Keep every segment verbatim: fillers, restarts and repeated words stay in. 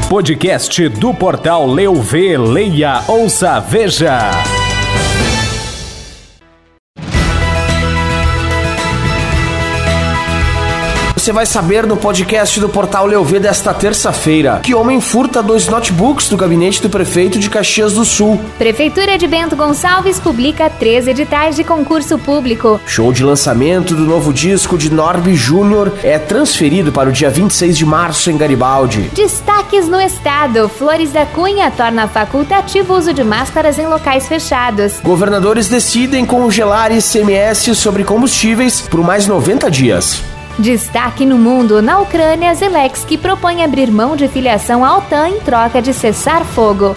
Podcast do portal Leu Vê, Leia, Ouça, Veja. Você vai saber no podcast do portal Leu Vê desta terça-feira que homem furta dois notebooks do gabinete do prefeito de Caxias do Sul. Prefeitura de Bento Gonçalves publica três editais de concurso público. Show de lançamento do novo disco de Norby Júnior é transferido para o dia vinte e seis de março em Garibaldi. Destaques no estado. Flores da Cunha torna facultativo o uso de máscaras em locais fechados. Governadores decidem congelar I C M S sobre combustíveis por mais noventa dias. Destaque no mundo. Na Ucrânia, Zelensky propõe abrir mão de filiação à OTAN em troca de cessar fogo.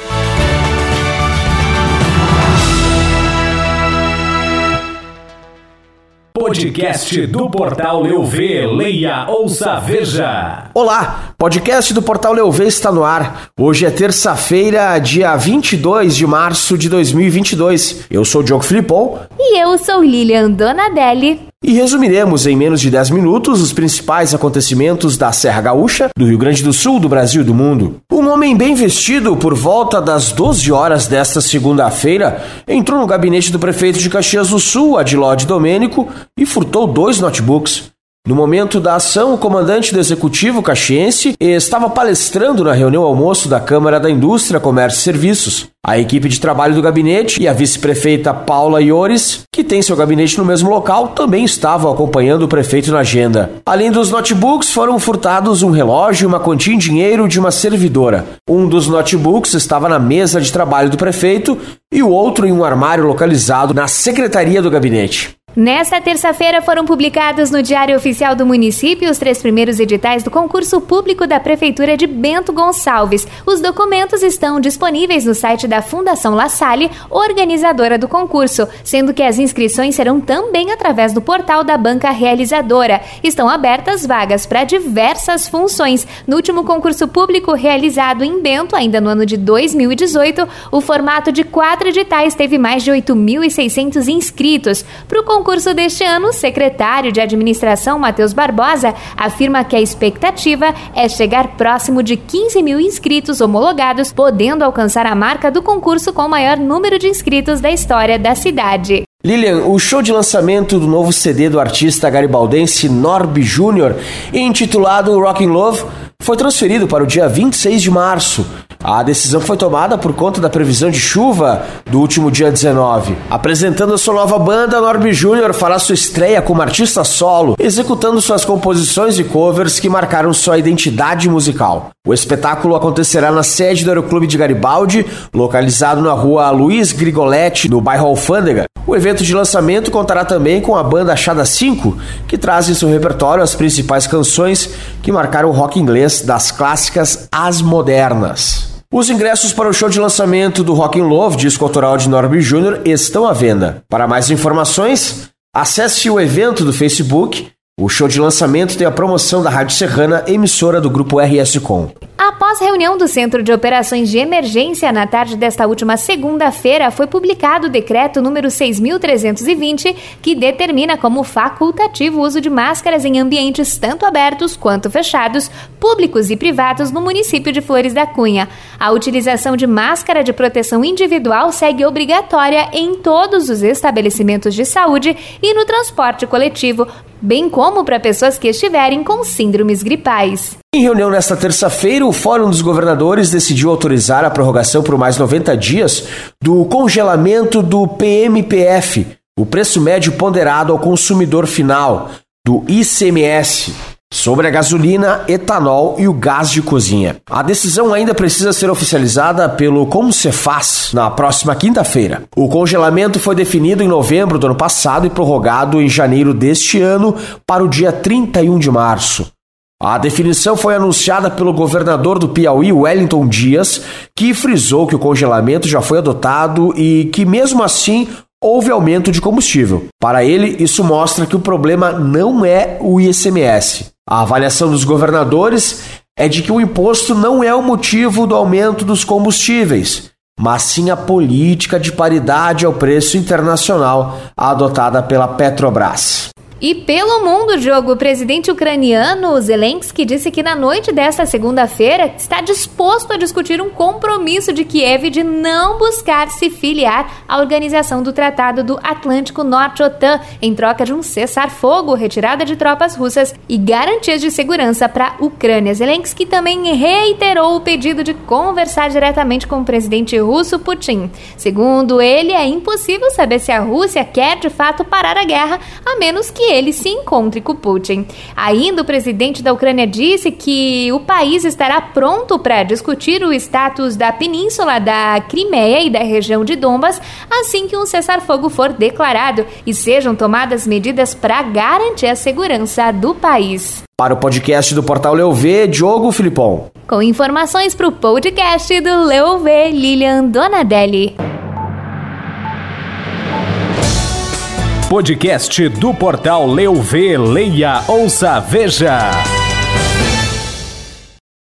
Podcast do portal Leu Vê, Leia, Ouça, Veja. Olá, podcast do portal Leu Vê está no ar. Hoje é terça-feira, dia vinte e dois de março de dois mil e vinte e dois. Eu sou o Diogo Filipon. E eu sou Lilian Donadelli. E resumiremos em menos de dez minutos os principais acontecimentos da Serra Gaúcha, do Rio Grande do Sul, do Brasil e do mundo. Um homem bem vestido, por volta das doze horas desta segunda-feira, entrou no gabinete do prefeito de Caxias do Sul, Adilode Domênico, e furtou dois notebooks. No momento da ação, o comandante do Executivo caxiense estava palestrando na reunião almoço da Câmara da Indústria, Comércio e Serviços. A equipe de trabalho do gabinete e a vice-prefeita Paula Iores, que tem seu gabinete no mesmo local, também estavam acompanhando o prefeito na agenda. Além dos notebooks, foram furtados um relógio e uma quantia em dinheiro de uma servidora. Um dos notebooks estava na mesa de trabalho do prefeito e o outro em um armário localizado na secretaria do gabinete. Nesta terça-feira foram publicados no Diário Oficial do Município os três primeiros editais do concurso público da Prefeitura de Bento Gonçalves. Os documentos estão disponíveis no site da Fundação La Salle, organizadora do concurso, sendo que as inscrições serão também através do portal da banca realizadora. Estão abertas vagas para diversas funções. No último concurso público realizado em Bento, ainda no ano de dois mil e dezoito, o formato de quatro editais teve mais de oito mil e seiscentos inscritos. Para o concurso concurso deste ano, o secretário de Administração, Matheus Barbosa, afirma que a expectativa é chegar próximo de quinze mil inscritos homologados, podendo alcançar a marca do concurso com o maior número de inscritos da história da cidade. Lilian, o show de lançamento do novo C D do artista garibaldense Norby Júnior, intitulado Rockin' Love, foi transferido para o dia vinte e seis de março. A decisão foi tomada por conta da previsão de chuva do último dia dezenove. Apresentando a sua nova banda, Norby Júnior fará sua estreia como artista solo, executando suas composições e covers que marcaram sua identidade musical. O espetáculo acontecerá na sede do Aeroclube de Garibaldi, localizado na rua Luiz Grigoletti, no bairro Alfândega. O evento de lançamento contará também com a banda Achada cinco, que traz em seu repertório as principais canções que marcaram o rock inglês, das clássicas às modernas. Os ingressos para o show de lançamento do Rockin' Love, disco autoral de Norby Júnior, estão à venda. Para mais informações, acesse o evento do Facebook. O show de lançamento tem a promoção da Rádio Serrana, emissora do Grupo R S Com. Após reunião do Centro de Operações de Emergência na tarde desta última segunda-feira, foi publicado o decreto número seis mil trezentos e vinte, que determina como facultativo o uso de máscaras em ambientes tanto abertos quanto fechados, públicos e privados no município de Flores da Cunha. A utilização de máscara de proteção individual segue obrigatória em todos os estabelecimentos de saúde e no transporte coletivo, bem como para pessoas que estiverem com síndromes gripais. Em reunião nesta terça-feira, o Fórum dos Governadores decidiu autorizar a prorrogação por mais noventa dias do congelamento do P M P F, o preço médio ponderado ao consumidor final, do I C M S, sobre a gasolina, etanol e o gás de cozinha. A decisão ainda precisa ser oficializada pelo Concefaz na próxima quinta-feira. O congelamento foi definido em novembro do ano passado e prorrogado em janeiro deste ano para o dia trinta e um de março. A definição foi anunciada pelo governador do Piauí, Wellington Dias, que frisou que o congelamento já foi adotado e que, mesmo assim, houve aumento de combustível. Para ele, isso mostra que o problema não é o I C M S. A avaliação dos governadores é de que o imposto não é o motivo do aumento dos combustíveis, mas sim a política de paridade ao preço internacional adotada pela Petrobras. E pelo mundo, Diogo, o presidente ucraniano Zelensky disse que na noite desta segunda-feira está disposto a discutir um compromisso de Kiev de não buscar se filiar à organização do Tratado do Atlântico Norte-OTAN em troca de um cessar-fogo, retirada de tropas russas e garantias de segurança para a Ucrânia. Zelensky também reiterou o pedido de conversar diretamente com o presidente russo Putin. Segundo ele, é impossível saber se a Rússia quer de fato parar a guerra, a menos que ele se encontre com Putin. Ainda o presidente da Ucrânia disse que o país estará pronto para discutir o status da península da Crimeia e da região de Donbas assim que um cessar-fogo for declarado e sejam tomadas medidas para garantir a segurança do país. Para o podcast do Portal Leu Vê, Diogo Filipon. Com informações para o podcast do Leu Vê, Lilian Donadelli. Podcast do Portal Leu Vê, leia, ouça, veja.